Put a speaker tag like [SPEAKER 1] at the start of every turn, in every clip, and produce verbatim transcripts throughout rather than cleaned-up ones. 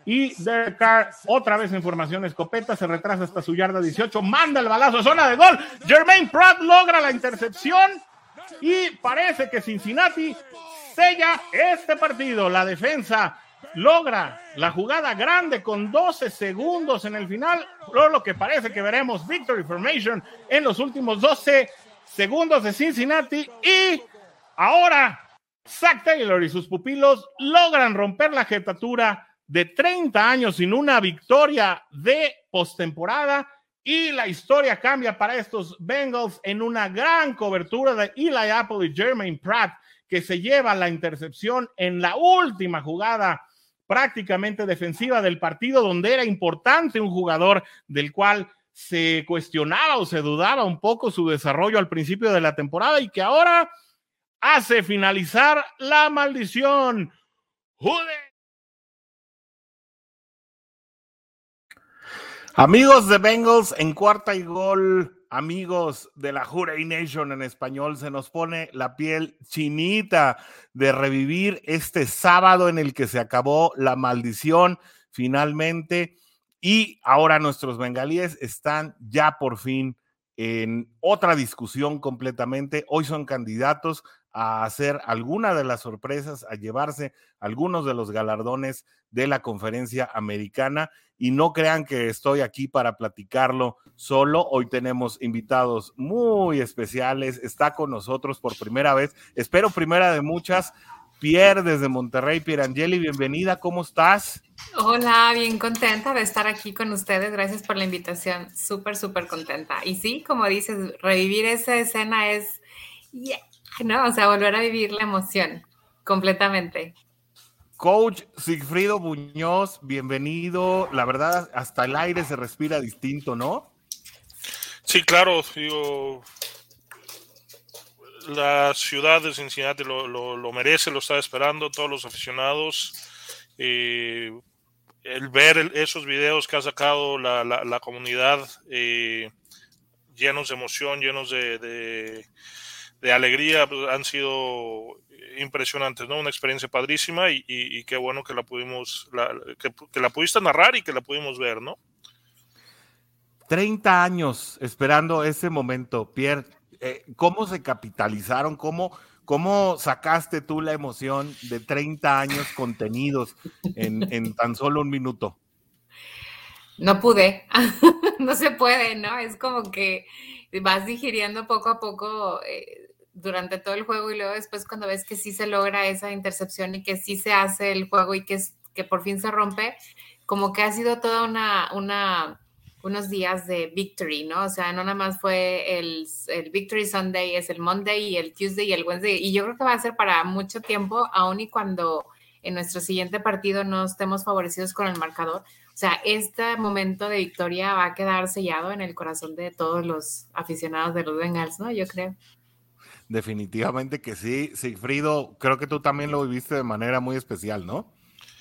[SPEAKER 1] y Derek Carr otra vez en formación escopeta, se retrasa hasta su yarda dieciocho, manda el balazo a zona de gol, Jermaine Pratt logra la intercepción y parece que Cincinnati sella este partido. La defensa logra la jugada grande con doce segundos en el final, por lo que parece que veremos victory formation en los últimos doce segundos de Cincinnati, y ahora Zac Taylor y sus pupilos logran romper la jetatura de treinta años sin una victoria de postemporada, y la historia cambia para estos Bengals en una gran cobertura de Eli Apple y Jermaine Pratt, que se lleva la intercepción en la última jugada prácticamente defensiva del partido, donde era importante un jugador del cual se cuestionaba o se dudaba un poco su desarrollo al principio de la temporada y que ahora hace finalizar la maldición. ¡Jude! Amigos de Bengals, en cuarta y gol, amigos de la Hurray Nation en español, se nos pone la piel chinita de revivir este sábado en el que se acabó la maldición finalmente, y ahora nuestros bengalíes están ya por fin en otra discusión completamente. Hoy son candidatos a hacer alguna de las sorpresas, a llevarse algunos de los galardones de la conferencia americana, y no crean que estoy aquí para platicarlo solo. Hoy tenemos invitados muy especiales. Está con nosotros por primera vez, espero primera de muchas, Pierre desde Monterrey. Pierangeli, bienvenida, ¿cómo estás?
[SPEAKER 2] Hola, bien contenta de estar aquí con ustedes, gracias por la invitación, súper, súper contenta. Y sí, como dices, revivir esa escena es, yeah, ¿no? O sea, volver a vivir la emoción completamente.
[SPEAKER 1] Coach Sigfrido Muñoz, bienvenido. La verdad, hasta el aire se respira distinto, ¿no?
[SPEAKER 3] Sí, claro, digo, la ciudad de Cincinnati lo, lo, lo merece, lo está esperando, todos los aficionados. Eh, el ver el, esos videos que ha sacado la, la, la comunidad, eh, llenos de emoción, llenos de, de, de alegría, pues, han sido impresionantes, ¿no? Una experiencia padrísima, y, y, y qué bueno que la pudimos, la, que, que la pudiste narrar y que la pudimos ver, ¿no?
[SPEAKER 1] treinta años esperando ese momento, Pierre. Eh, ¿Cómo se capitalizaron? ¿Cómo, ¿Cómo sacaste tú la emoción de treinta años contenidos en, en tan solo un minuto?
[SPEAKER 2] No pude, no se puede, ¿no? Es como que vas digiriendo poco a poco eh, durante todo el juego, y luego después cuando ves que sí se logra esa intercepción y que sí se hace el juego y que, es, que por fin se rompe, como que ha sido toda una, una, unos días de victory, ¿no? O sea, no nada más fue el, el Victory Sunday, es el Monday y el Tuesday y el Wednesday, y yo creo que va a ser para mucho tiempo, aun y cuando en nuestro siguiente partido no estemos favorecidos con el marcador. O sea, este momento de victoria va a quedar sellado en el corazón de todos los aficionados de los Bengals, ¿no? Yo creo.
[SPEAKER 1] Definitivamente que sí. Sigfrido, creo que tú también lo viviste de manera muy especial, ¿no?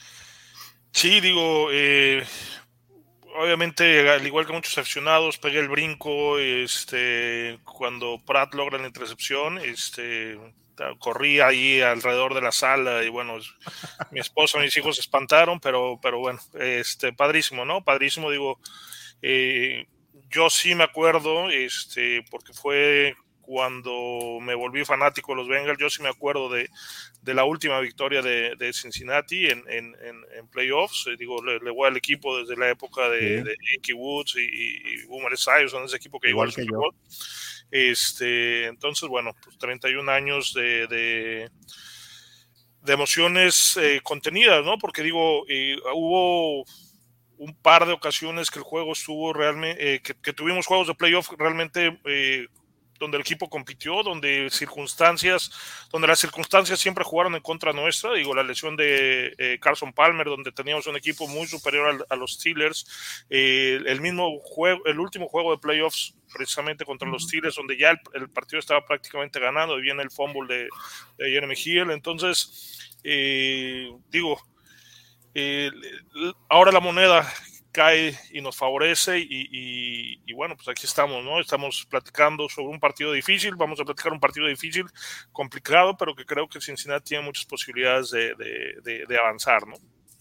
[SPEAKER 3] Sí, digo, eh, obviamente, al igual que muchos aficionados, pegué el brinco este, cuando Pratt logra la intercepción. Este, corrí ahí alrededor de la sala y bueno, mi esposa y mis hijos se espantaron, pero, pero bueno, este, padrísimo, ¿no? Padrísimo, digo, eh, yo sí me acuerdo, este, porque fue cuando me volví fanático de los Bengals. Yo sí me acuerdo de, de la última victoria de, de Cincinnati en, en, en, en playoffs. Eh, digo, le, le voy al equipo desde la época de, sí. de Ickey Woods y, y Boomer Esiason, ese equipo que llegó al Super Bowl. Este, entonces, bueno, pues treinta y un años de, de, de emociones eh, contenidas, ¿no? Porque digo, eh, hubo un par de ocasiones que el juego estuvo realmente, eh, que, que tuvimos juegos de playoff realmente eh, donde el equipo compitió, donde circunstancias, donde las circunstancias siempre jugaron en contra nuestra. Digo, la lesión de eh, Carson Palmer, donde teníamos un equipo muy superior al, a los Steelers, eh, el mismo juego, el último juego de playoffs precisamente contra los Steelers, donde ya el, el partido estaba prácticamente ganado y viene el fumble de, de Jeremy Hill. Entonces, eh, digo, eh, ahora la moneda cae y nos favorece, y, y, y bueno, pues aquí estamos, ¿no? Estamos platicando sobre un partido difícil, vamos a platicar un partido difícil, complicado, pero que creo que Cincinnati tiene muchas posibilidades de, de, de, de avanzar, ¿no?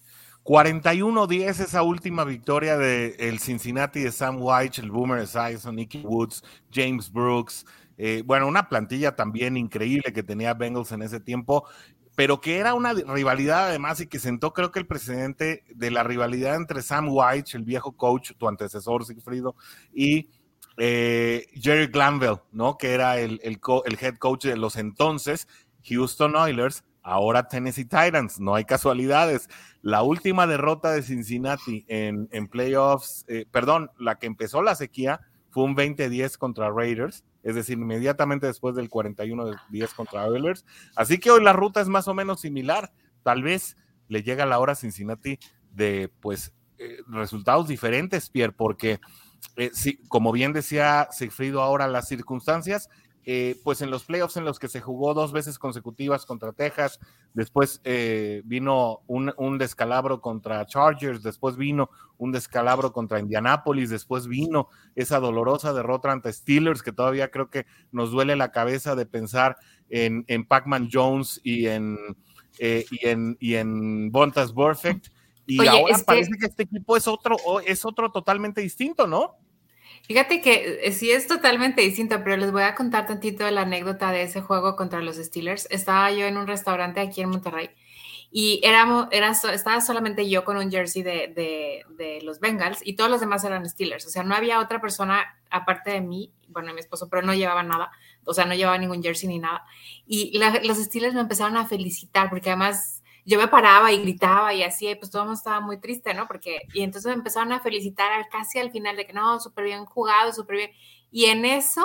[SPEAKER 4] cuarenta y uno diez esa última victoria del Cincinnati de Sam White, el Boomer Esiason, Nicky Woods, James Brooks, eh, bueno, una plantilla también increíble que tenía Bengals en ese tiempo, pero que era una rivalidad además y que sentó creo que el precedente de la rivalidad entre Sam White, el viejo coach, tu antecesor Sigfrido, y eh, Jerry Glanville, ¿no? Que era el, el, co el head coach de los entonces Houston Oilers, ahora Tennessee Titans, no hay casualidades. La última derrota de Cincinnati en, en playoffs, eh, perdón, la que empezó la sequía fue un veinte diez contra Raiders, es decir, inmediatamente después del cuarenta y uno diez contra Oilers. Así que hoy la ruta es más o menos similar. Tal vez le llega la hora a Cincinnati de, pues, eh, resultados diferentes, Pierre, porque, eh, sí, como bien decía Sigfrido ahora, las circunstancias, eh, pues en los playoffs en los que se jugó dos veces consecutivas contra Texas, después eh, vino un, un descalabro contra Chargers, después vino un descalabro contra Indianapolis, después vino esa dolorosa derrota ante Steelers, que todavía creo que nos duele la cabeza de pensar en, en Pac-Man Jones y en, eh, y en, y en Vontaze Burfict, y Oye, ahora es parece que... que este equipo es otro, es otro totalmente distinto, ¿no?
[SPEAKER 2] Fíjate que sí es totalmente distinto, pero les voy a contar tantito de la anécdota de ese juego contra los Steelers. Estaba yo en un restaurante aquí en Monterrey y éramos, era, estaba solamente yo con un jersey de, de, de los Bengals y todos los demás eran Steelers. O sea, no había otra persona aparte de mí, bueno, mi esposo, pero no llevaba nada. O sea, no llevaba ningún jersey ni nada. Y la, los Steelers me empezaron a felicitar porque además yo me paraba y gritaba y así, y pues todo el mundo estaba muy triste, ¿no? Porque, y entonces me empezaron a felicitar al, casi al final de que no, súper bien jugado, súper bien. Y en eso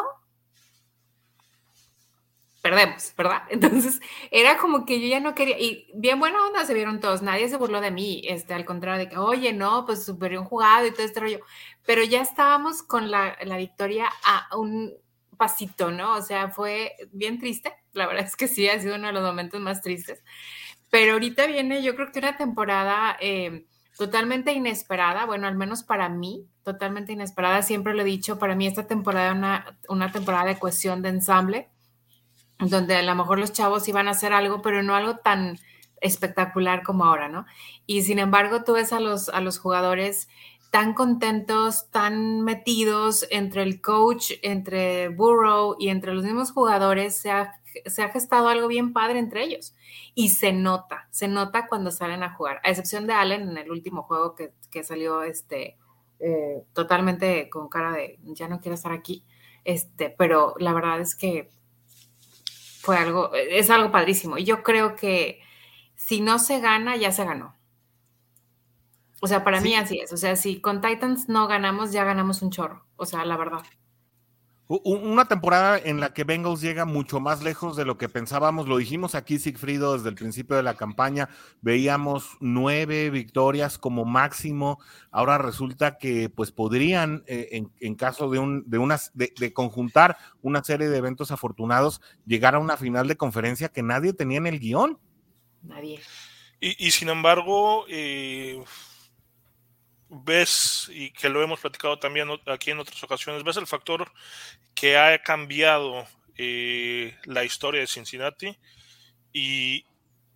[SPEAKER 2] perdemos, ¿verdad? Entonces era como que yo ya no quería, y bien buena onda se vieron todos, nadie se burló de mí, este, al contrario de que, oye, no, pues súper bien jugado y todo este rollo, pero ya estábamos con la, la victoria a un pasito, ¿no? O sea, fue bien triste, la verdad es que sí, ha sido uno de los momentos más tristes. Pero ahorita viene, yo creo que una temporada eh, totalmente inesperada, bueno, al menos para mí, totalmente inesperada, siempre lo he dicho, para mí esta temporada es una, una temporada de cohesión, de ensamble, donde a lo mejor los chavos iban a hacer algo, pero no algo tan espectacular como ahora, ¿no? Y sin embargo, tú ves a los, a los jugadores tan contentos, tan metidos entre el coach, entre Burrow y entre los mismos jugadores, se ha, se ha gestado algo bien padre entre ellos. Y se nota, se nota cuando salen a jugar, a excepción de Allen en el último juego que, que salió este, eh, totalmente con cara de ya no quiero estar aquí, este, pero la verdad es que fue algo, es algo padrísimo. Y yo creo que si no se gana, ya se ganó. O sea, para sí. mí así es. O sea, si con Titans no ganamos, ya ganamos un chorro. O sea, la verdad.
[SPEAKER 4] Una temporada en la que Bengals llega mucho más lejos de lo que pensábamos, lo dijimos aquí, Sigfrido, desde el principio de la campaña, veíamos nueve victorias como máximo, ahora resulta que pues podrían, eh, en, en caso de, un, de, unas, de, de conjuntar una serie de eventos afortunados, llegar a una final de conferencia que nadie tenía en el guión.
[SPEAKER 2] Nadie.
[SPEAKER 3] Y, y sin embargo, eh... ves, y que lo hemos platicado también aquí en otras ocasiones, ves el factor que ha cambiado eh, la historia de Cincinnati y,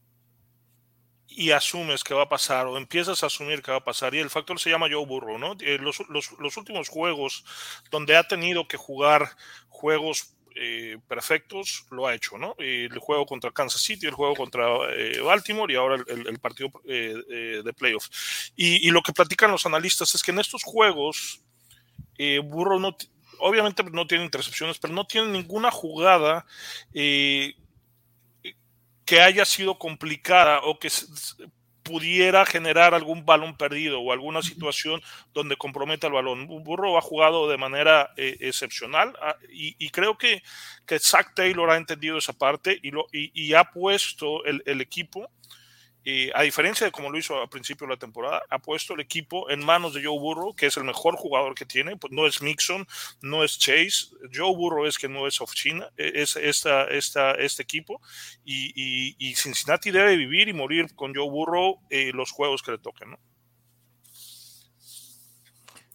[SPEAKER 3] y asumes que va a pasar o empiezas a asumir que va a pasar, y el factor se llama Joe Burrow, ¿no? Eh, los, los, los últimos juegos donde ha tenido que jugar juegos Eh, perfectos, lo ha hecho, ¿no? Eh, el juego contra Kansas City, el juego contra eh, Baltimore y ahora el, el, el partido eh, eh, de playoff. Y, y lo que platican los analistas es que en estos juegos eh, Burrow no, obviamente no tiene intercepciones, pero no tiene ninguna jugada eh, que haya sido complicada o que pudiera generar algún balón perdido o alguna situación donde comprometa el balón. Burrow ha jugado de manera eh, excepcional y, y creo que, que Zach Taylor ha entendido esa parte y, lo, y, y ha puesto el, el equipo, eh, a diferencia de como lo hizo al principio de la temporada, ha puesto el equipo en manos de Joe Burrow, que es el mejor jugador que tiene. Pues no es Mixon, no es Chase, Joe Burrow es que no es oficina, es esta, esta, este equipo, y, y, y Cincinnati debe vivir y morir con Joe Burrow eh, los juegos que le toquen, ¿no?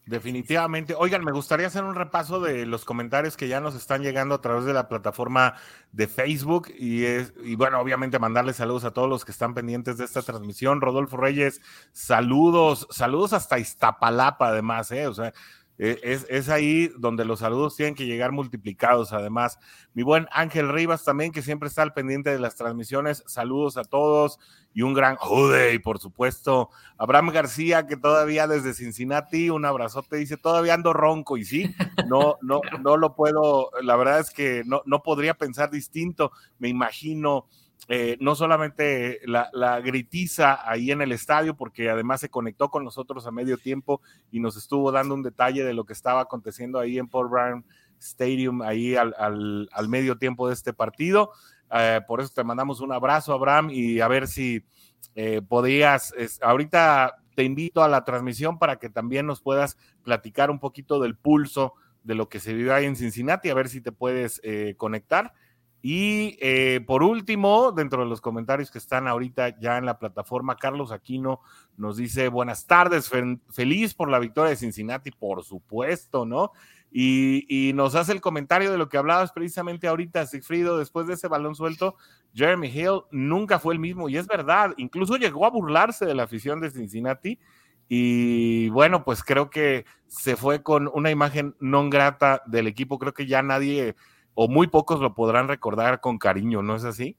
[SPEAKER 4] Definitivamente. Oigan, me gustaría hacer un repaso de los comentarios que ya nos están llegando a través de la plataforma de Facebook y, es, y bueno, obviamente mandarles saludos a todos los que están pendientes de esta transmisión. Rodolfo Reyes, saludos, saludos hasta Iztapalapa además, ¿eh? O sea, es, es ahí donde los saludos tienen que llegar multiplicados además. Mi buen Ángel Rivas también, que siempre está al pendiente de las transmisiones, saludos a todos y un gran joder, y por supuesto Abraham García, que todavía desde Cincinnati, un abrazote, dice, todavía ando ronco, y sí, no, no, no lo puedo, la verdad es que no, no podría pensar distinto, me imagino. Eh, no solamente la, la gritiza ahí en el estadio, porque además se conectó con nosotros a medio tiempo y nos estuvo dando un detalle de lo que estaba aconteciendo ahí en Paul Brown Stadium, ahí al, al, al medio tiempo de este partido. Eh, por eso te mandamos un abrazo, Abraham, y a ver si eh, podías, es, ahorita te invito a la transmisión para que también nos puedas platicar un poquito del pulso de lo que se vive ahí en Cincinnati, a ver si te puedes eh, conectar. Y eh, por último, dentro de los comentarios que están ahorita ya en la plataforma, Carlos Aquino nos dice, buenas tardes, fe- feliz por la victoria de Cincinnati, por supuesto, ¿no? Y, y nos hace el comentario de lo que hablabas precisamente ahorita, Sigfrido, después de ese balón suelto, Jeremy Hill nunca fue el mismo, y es verdad, incluso llegó a burlarse de la afición de Cincinnati, y bueno, pues creo que se fue con una imagen no grata del equipo, creo que ya nadie o muy pocos lo podrán recordar con cariño, ¿no es así?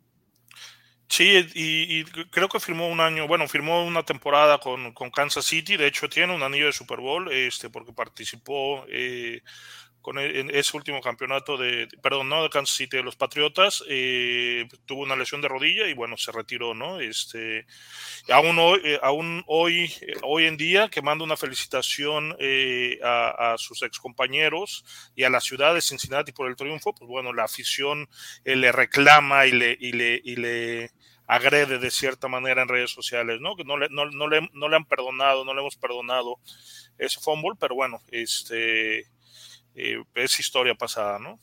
[SPEAKER 3] Sí, y, y creo que firmó un año, bueno, firmó una temporada con, con Kansas City, de hecho tiene un anillo de Super Bowl, este, porque participó eh, con el, en ese último campeonato de, perdón, no de Kansas City, de los Patriotas, eh, tuvo una lesión de rodilla y bueno, se retiró, ¿no? Este, aún hoy, eh, aún hoy, eh, hoy en día, que manda una felicitación eh, a, a sus excompañeros y a la ciudad de Cincinnati por el triunfo, pues bueno, la afición eh, le reclama y le, y le, y le agrede de cierta manera en redes sociales, ¿no? Que no le, no, no le, no le han perdonado, no le hemos perdonado ese fumble, pero bueno, este... Eh, es historia pasada, ¿no?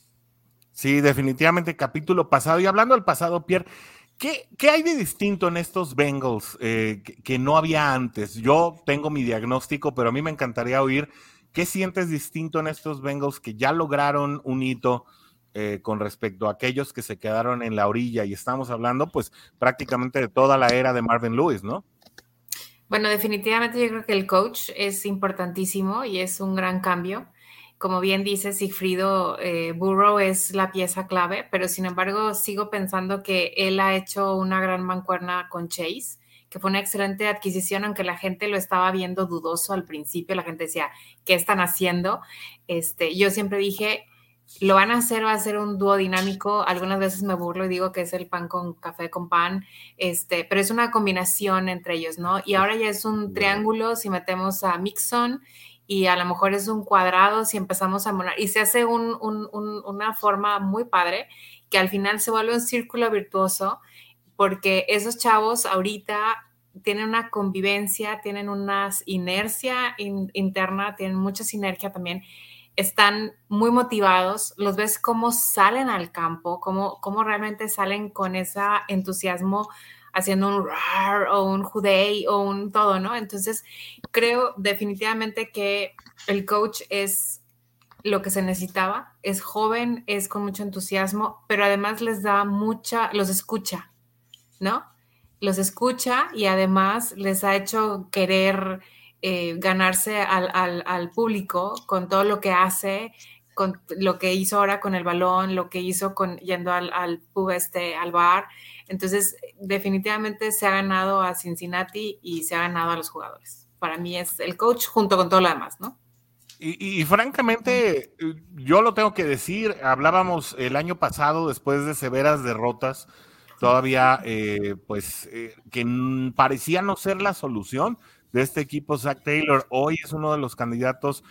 [SPEAKER 4] Sí, definitivamente capítulo pasado. Y hablando del pasado, Pierre, ¿qué, qué hay de distinto en estos Bengals eh, que, que no había antes? Yo tengo mi diagnóstico, pero a mí me encantaría oír qué sientes distinto en estos Bengals que ya lograron un hito eh, con respecto a aquellos que se quedaron en la orilla. Y estamos hablando, pues, prácticamente de toda la era de Marvin Lewis, ¿no?
[SPEAKER 2] Bueno, definitivamente yo creo que el coach es importantísimo y es un gran cambio. Como bien dice Sigfrido, eh, Burrow es la pieza clave, pero sin embargo sigo pensando que él ha hecho una gran mancuerna con Chase, que fue una excelente adquisición, aunque la gente lo estaba viendo dudoso al principio, la gente decía, ¿qué están haciendo? Este, yo siempre dije, lo van a hacer, va a ser un dúo dinámico, algunas veces me burlo y digo que es el pan con café con pan, este, pero es una combinación entre ellos, ¿no? Y ahora ya es un triángulo si metemos a Mixon, y a lo mejor es un cuadrado si empezamos a monar, y se hace un, un, un, una forma muy padre, que al final se vuelve un círculo virtuoso, porque esos chavos ahorita tienen una convivencia, tienen una inercia in, interna, tienen mucha sinergia también, están muy motivados, los ves cómo salen al campo, cómo, cómo realmente salen con ese entusiasmo, haciendo un rar o un judey o un todo, ¿no? Entonces, creo definitivamente que el coach es lo que se necesitaba, es joven, es con mucho entusiasmo, pero además les da mucha, los escucha, ¿no? Los escucha y además les ha hecho querer eh, ganarse al, al, al público con todo lo que hace, con lo que hizo ahora con el balón, lo que hizo con yendo al, al pub este, al bar. Entonces, definitivamente se ha ganado a Cincinnati y se ha ganado a los jugadores. Para mí es el coach junto con todo lo demás, ¿no?
[SPEAKER 4] Y, y, y francamente, yo lo tengo que decir, hablábamos el año pasado, después de severas derrotas, todavía, eh, pues, eh, que n- parecía no ser la solución de este equipo. Zach Taylor hoy es uno de los candidatos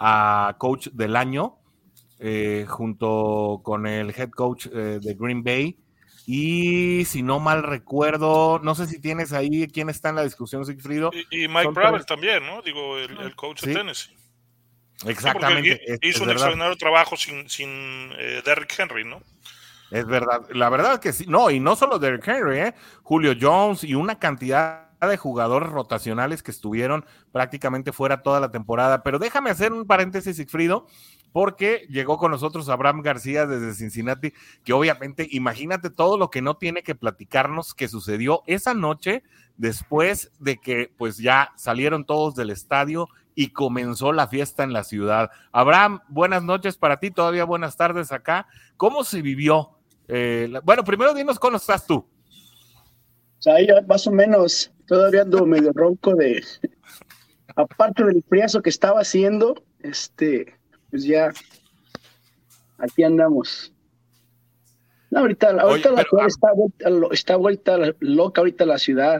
[SPEAKER 4] a coach del año, eh, junto con el head coach eh, de Green Bay. Y si no mal recuerdo, no sé si tienes ahí quién está en la discusión, Sigfrido.
[SPEAKER 3] Y, y Mike Bravel también, ¿no? Digo, el, el coach
[SPEAKER 4] ¿Sí?
[SPEAKER 3] de Tennessee.
[SPEAKER 4] Exactamente.
[SPEAKER 3] Sí,
[SPEAKER 4] es,
[SPEAKER 3] hizo
[SPEAKER 4] es
[SPEAKER 3] un
[SPEAKER 4] verdad.
[SPEAKER 3] extraordinario trabajo sin, sin eh, Derrick Henry, ¿no?
[SPEAKER 4] Es verdad. La verdad que sí. No, y no solo Derrick Henry, ¿eh? Julio Jones y una cantidad de jugadores rotacionales que estuvieron prácticamente fuera toda la temporada. Pero déjame hacer un paréntesis, Sigfrido, porque llegó con nosotros Abraham García desde Cincinnati, que obviamente, imagínate todo lo que no tiene que platicarnos que sucedió esa noche después de que pues ya salieron todos del estadio y comenzó la fiesta en la ciudad. Abraham, buenas noches para ti, todavía buenas tardes acá. ¿Cómo se vivió? Eh, la, bueno, primero dinos cómo estás tú.
[SPEAKER 5] O sea, ahí más o menos, todavía ando medio ronco de, aparte del friazo que estaba haciendo, este, pues ya, aquí andamos. No, ahorita, ahorita Oye, la pero, ciudad está vuelta, está vuelta loca, ahorita la ciudad.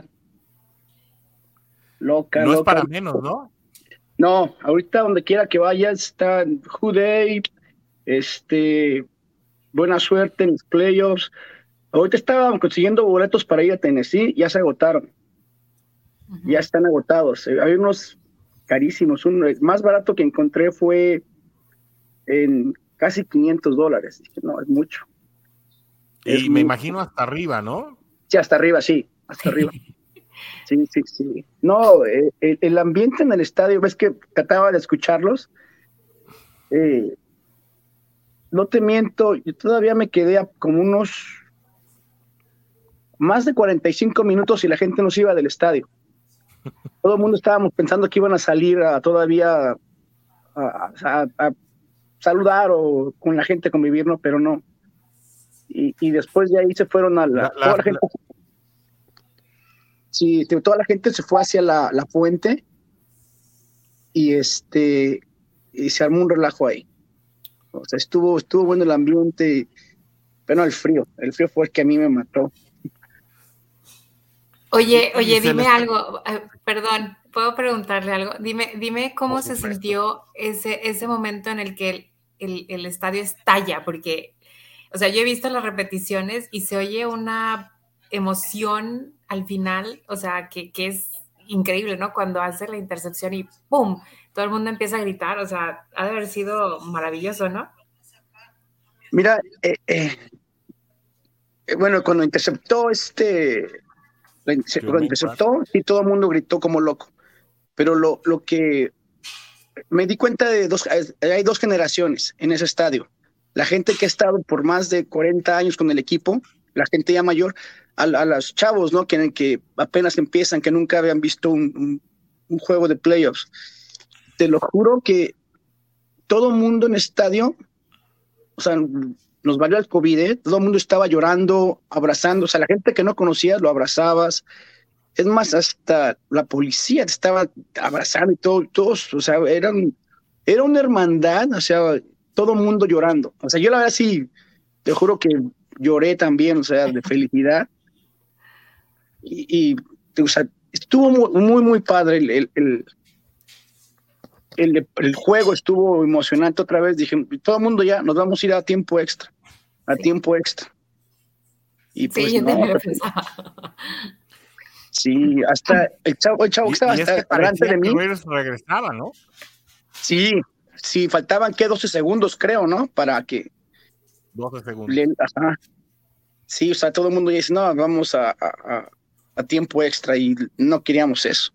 [SPEAKER 5] Loca,
[SPEAKER 4] no
[SPEAKER 5] loca.
[SPEAKER 4] es para menos, ¿no?
[SPEAKER 5] No, ahorita donde quiera que vayas está Juday, este, buena suerte en los playoffs. Ahorita estaban consiguiendo boletos para ir a Tennessee, ya se agotaron. Uh-huh. Ya están agotados. Hay unos carísimos. Uno, el más barato que encontré fue en casi quinientos dólares. Dije, no, es mucho.
[SPEAKER 4] Y es me mucho. Imagino hasta arriba, ¿no?
[SPEAKER 5] Sí, hasta arriba, sí, hasta arriba. Sí, sí, sí. No, eh, el, el ambiente en el estadio, ves que trataba de escucharlos. Eh, no te miento, yo todavía me quedé a como unos más de cuarenta y cinco minutos y la gente no se iba del estadio. Todo el mundo estábamos pensando que iban a salir a, todavía a, a, a saludar o con la gente convivir, ¿no? Pero no. Y, y después de ahí se fueron a la... la, toda la, la gente, la... Sí, toda la gente se fue hacia la, la fuente y este y se armó un relajo ahí. O sea, estuvo, estuvo bueno el ambiente, pero no, el frío. El frío fue el que a mí me mató.
[SPEAKER 2] Oye, oye, dime algo, perdón, ¿puedo preguntarle algo? Dime, dime cómo se sintió ese, ese momento en el que el, el, el estadio estalla, porque, o sea, yo he visto las repeticiones y se oye una emoción al final, o sea, que, que es increíble, ¿no? Cuando hace la intercepción y ¡pum! Todo el mundo empieza a gritar, o sea, ha de haber sido maravilloso, ¿no?
[SPEAKER 5] Mira, eh, eh, bueno, cuando interceptó este... Lo interceptó y todo el mundo gritó como loco. Pero lo, lo que me di cuenta de dos, hay dos generaciones en ese estadio. La gente que ha estado por más de cuarenta años con el equipo, la gente ya mayor, a, a los chavos, ¿no? Que, que apenas empiezan, que nunca habían visto un, un, un juego de playoffs. Te lo juro que todo el mundo en el estadio, o sea, nos valió el COVID, ¿eh? Todo el mundo estaba llorando, abrazando, o sea, la gente que no conocías lo abrazabas. Es más, hasta la policía te estaba abrazando y todo, todos, o sea, eran, era una hermandad, o sea, todo el mundo llorando. O sea, yo la verdad sí, te juro que lloré también, o sea, de felicidad. Y, y o sea, estuvo muy, muy, muy padre el, el, el El, el juego estuvo emocionante otra vez. Dije, todo el mundo ya, nos vamos a ir a tiempo extra, a sí. tiempo extra. Y pues
[SPEAKER 2] sí, yo
[SPEAKER 5] no,
[SPEAKER 2] también lo
[SPEAKER 5] pues,
[SPEAKER 2] pensaba.
[SPEAKER 5] Sí, hasta el chavo, el chavo
[SPEAKER 4] y,
[SPEAKER 5] que estaba
[SPEAKER 4] y
[SPEAKER 5] hasta
[SPEAKER 4] es que
[SPEAKER 5] delante de mí.
[SPEAKER 4] regresaba, ¿no?
[SPEAKER 5] Sí, sí, faltaban que doce segundos, creo, ¿no? Para que.
[SPEAKER 4] doce segundos.
[SPEAKER 5] Le, ajá. Sí, o sea, todo el mundo dice, no, vamos a, a, a tiempo extra y no queríamos eso.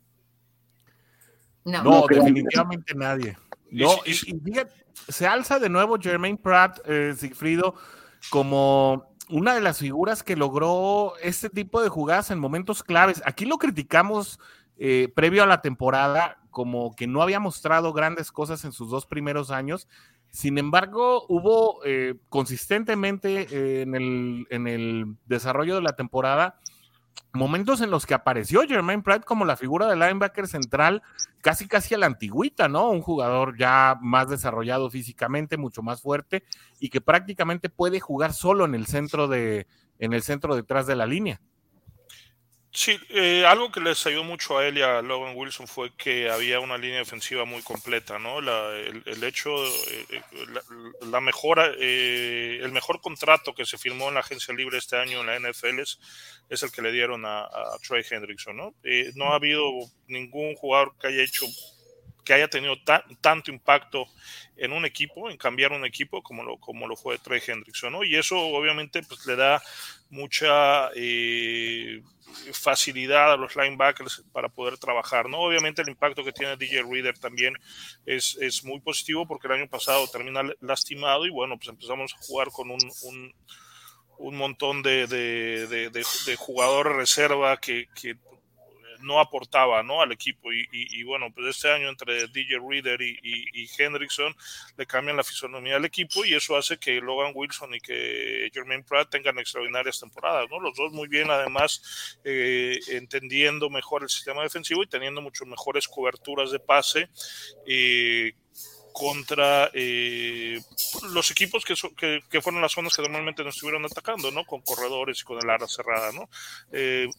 [SPEAKER 4] No, no, no definitivamente eso. Nadie. No, y, y fíjate, se alza de nuevo Jermaine Pratt, eh, Sigfrido, como una de las figuras que logró este tipo de jugadas en momentos claves. Aquí lo criticamos eh, previo a la temporada, como que no había mostrado grandes cosas en sus dos primeros años. Sin embargo, hubo eh, consistentemente eh, en, el, en el desarrollo de la temporada momentos en los que apareció Jermaine Pratt como la figura del linebacker central, casi casi a la antigüita, ¿no? Un jugador ya más desarrollado físicamente, mucho más fuerte, y que prácticamente puede jugar solo en el centro de, en el centro detrás de la línea.
[SPEAKER 3] Sí, eh, algo que les ayudó mucho a él y a Logan Wilson fue que había una línea defensiva muy completa, ¿no? La, el, el hecho, eh, la, la mejora, eh, el mejor contrato que se firmó en la agencia libre este año en la N F L es, es el que le dieron a, a Trey Hendrickson, ¿no? Eh, no ha habido ningún jugador que haya hecho que haya tenido ta, tanto impacto en un equipo, en cambiar un equipo como lo, como lo fue Trey Hendrickson, ¿no? Y eso obviamente pues le da mucha eh, facilidad a los linebackers para poder trabajar, ¿no? Obviamente el impacto que tiene D J Reader también es, es muy positivo, porque el año pasado termina lastimado y bueno, pues empezamos a jugar con un, un, un montón de, de, de, de, de jugadores reserva que, que no aportaba, ¿no?, al equipo, y, y, y bueno, pues este año entre D J Reader y, y, y Hendrickson le cambian la fisonomía al equipo, y eso hace que Logan Wilson y que Jermaine Pratt tengan extraordinarias temporadas, ¿no? Los dos muy bien, además eh, entendiendo mejor el sistema defensivo y teniendo mucho mejores coberturas de pase eh, contra eh, los equipos que, so, que, que fueron las zonas que normalmente nos estuvieron atacando, ¿no?, con corredores y con el ala cerrada, ¿no? Eh,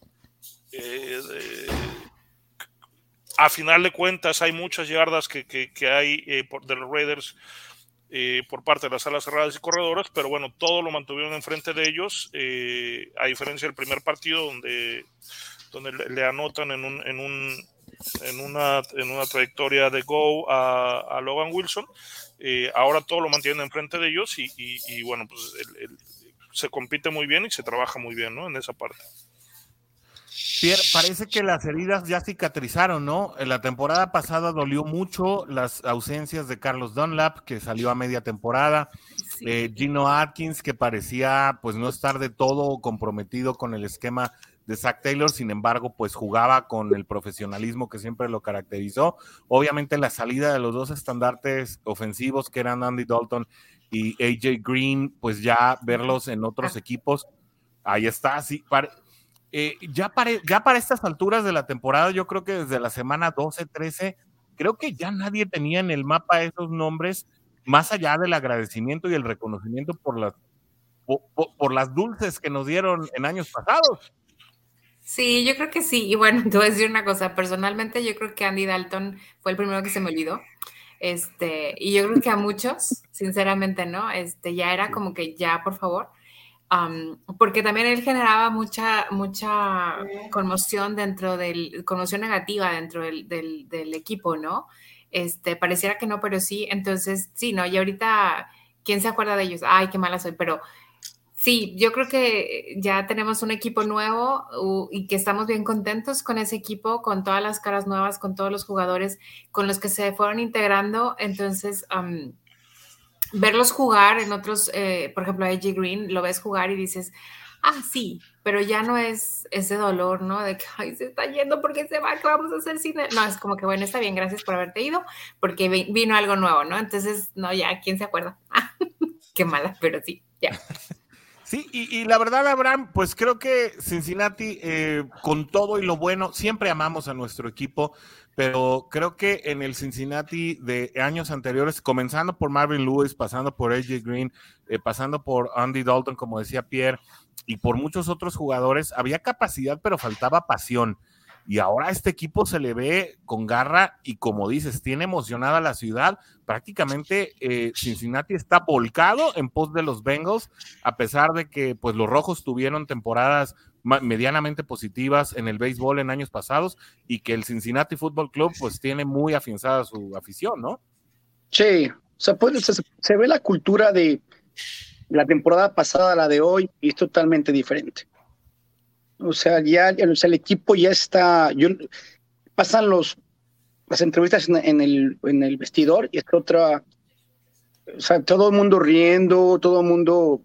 [SPEAKER 3] Eh, eh, a final de cuentas hay muchas yardas que, que, que hay eh, por, de los Raiders eh, por parte de las alas cerradas y corredoras, pero bueno, todo lo mantuvieron enfrente de ellos, eh, a diferencia del primer partido donde, donde le, le anotan en, un, en, un, en, una, en una trayectoria de go a, a Logan Wilson. Eh, ahora todo lo mantienen enfrente de ellos y, y, y bueno, pues el, el, se compite muy bien y se trabaja muy bien, ¿no?, en esa parte.
[SPEAKER 4] Pierre, parece que las heridas ya cicatrizaron, ¿no? En la temporada pasada dolió mucho las ausencias de Carlos Dunlap, que salió a media temporada, sí. eh, Geno Atkins, que parecía pues no estar de todo comprometido con el esquema de Zac Taylor, sin embargo, pues jugaba con el profesionalismo que siempre lo caracterizó. Obviamente la salida de los dos estandartes ofensivos, que eran Andy Dalton y A J Green, pues ya verlos en otros equipos, ahí está, sí, para... Eh, ya, para, ya para estas alturas de la temporada, yo creo que desde la semana doce, trece, creo que ya nadie tenía en el mapa esos nombres, más allá del agradecimiento y el reconocimiento por las, por, por las dulces que nos dieron en años pasados.
[SPEAKER 2] Sí, yo creo que sí. Y bueno, te voy a decir una cosa, personalmente yo creo que Andy Dalton fue el primero que se me olvidó. Este, y yo creo que a muchos, sinceramente, ¿no? Este, ya era como que ya, por favor. Um, porque también él generaba mucha, mucha conmoción dentro del, conmoción negativa dentro del, del, del equipo, ¿no? Este, pareciera que no, pero sí, entonces, sí, ¿no? Y ahorita, ¿quién se acuerda de ellos? Ay, qué mala soy, pero sí, yo creo que ya tenemos un equipo nuevo uh, y que estamos bien contentos con ese equipo, con todas las caras nuevas, con todos los jugadores con los que se fueron integrando, entonces... Um, verlos jugar en otros, eh, por ejemplo, a A J Green, lo ves jugar y dices, ah, sí, pero ya no es ese dolor, ¿no? De que, ay, se está yendo, ¿por qué se va? ¿Qué vamos a hacer sin él? No, es como que, bueno, está bien, gracias por haberte ido, porque vino algo nuevo, ¿no? Entonces, no, ya, ¿quién se acuerda? Qué mala, pero sí, ya.
[SPEAKER 4] Sí, y, y la verdad, Abraham, pues creo que Cincinnati, eh, con todo y lo bueno, siempre amamos a nuestro equipo, pero creo que en el Cincinnati de años anteriores, comenzando por Marvin Lewis, pasando por A J Green, eh, pasando por Andy Dalton, como decía Pierre, y por muchos otros jugadores, había capacidad, pero faltaba pasión. Y ahora este equipo se le ve con garra y, como dices, tiene emocionada la ciudad. Prácticamente eh, Cincinnati está volcado en pos de los Bengals, a pesar de que pues los rojos tuvieron temporadas medianamente positivas en el béisbol en años pasados y que el Cincinnati Football Club pues tiene muy afianzada su afición, ¿no?
[SPEAKER 5] Sí, o sea, pues, se, se ve la cultura de la temporada pasada a la de hoy y es totalmente diferente. O sea, ya o sea, el equipo ya está, yo, pasan los las entrevistas en, en el en el vestidor y es otra, o sea, todo el mundo riendo, todo el mundo, o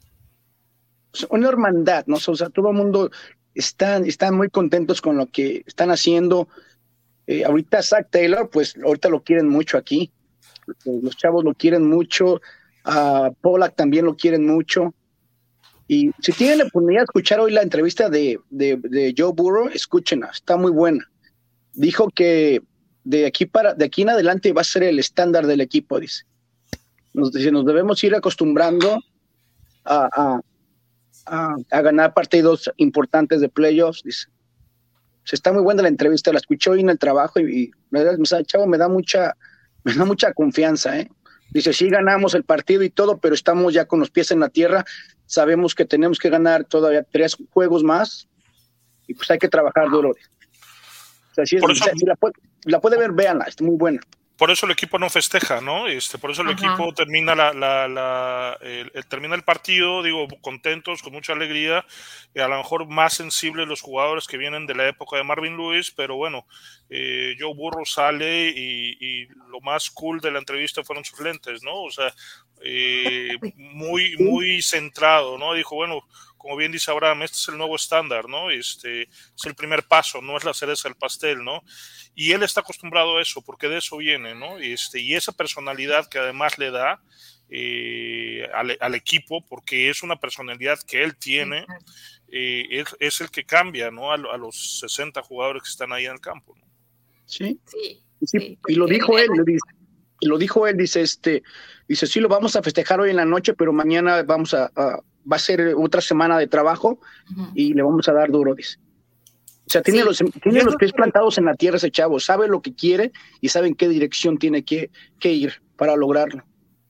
[SPEAKER 5] sea, una hermandad, ¿no? O sea, todo el mundo están, están muy contentos con lo que están haciendo. Eh, ahorita Zac Taylor, pues ahorita lo quieren mucho aquí, los chavos lo quieren mucho, a uh, Pollack también lo quieren mucho. Y si tienen la oportunidad de escuchar hoy la entrevista de, de, de Joe Burrow, escúchenla, está muy buena. Dijo que de aquí para de aquí en adelante va a ser el estándar del equipo, dice. Nos, dice, nos debemos ir acostumbrando a, a, a, a ganar partidos importantes de playoffs, dice. O sea, está muy buena la entrevista, la escuché hoy en el trabajo y, y me, chavo, me da mucha, me da mucha confianza, ¿eh? Dice, sí ganamos el partido y todo, pero estamos ya con los pies en la tierra. Sabemos que tenemos que ganar todavía tres juegos más y pues hay que trabajar duro. O sea, si, es,
[SPEAKER 3] Por eso,
[SPEAKER 5] o sea, si la, puede, la puede ver, véanla, está muy buena.
[SPEAKER 3] Por eso el equipo no festeja, ¿no? Este, por eso el
[SPEAKER 2] Ajá.
[SPEAKER 3] equipo termina la, la, la el, el, termina el partido, digo, contentos, con mucha alegría, y a lo mejor más sensibles los jugadores que vienen de la época de Marvin Lewis, pero bueno, eh, Joe Burrow sale y, y lo más cool de la entrevista fueron sus lentes, ¿no? O sea, eh, muy, muy centrado, ¿no? Dijo, bueno, como bien dice Abraham, este es el nuevo estándar, ¿no? Este es el primer paso, no es la cereza del pastel, ¿no? Y él está acostumbrado a eso, porque de eso viene, ¿no? Este, y esa personalidad que además le da eh, al, al equipo, porque es una personalidad que él tiene, eh, es, es el que cambia, ¿no? A, a los sesenta jugadores que están ahí en el campo, ¿no?
[SPEAKER 5] Sí,
[SPEAKER 2] sí,
[SPEAKER 5] sí,
[SPEAKER 2] sí,
[SPEAKER 5] y lo dijo él, lo dice, lo dijo él, dice, este, dice, sí, lo vamos a festejar hoy en la noche, pero mañana vamos a, a va a ser otra semana de trabajo uh-huh. y le vamos a dar duro, dice. O sea, tiene, sí. los, tiene los pies plantados en la tierra ese chavo, sabe lo que quiere y sabe en qué dirección tiene que, que ir para lograrlo.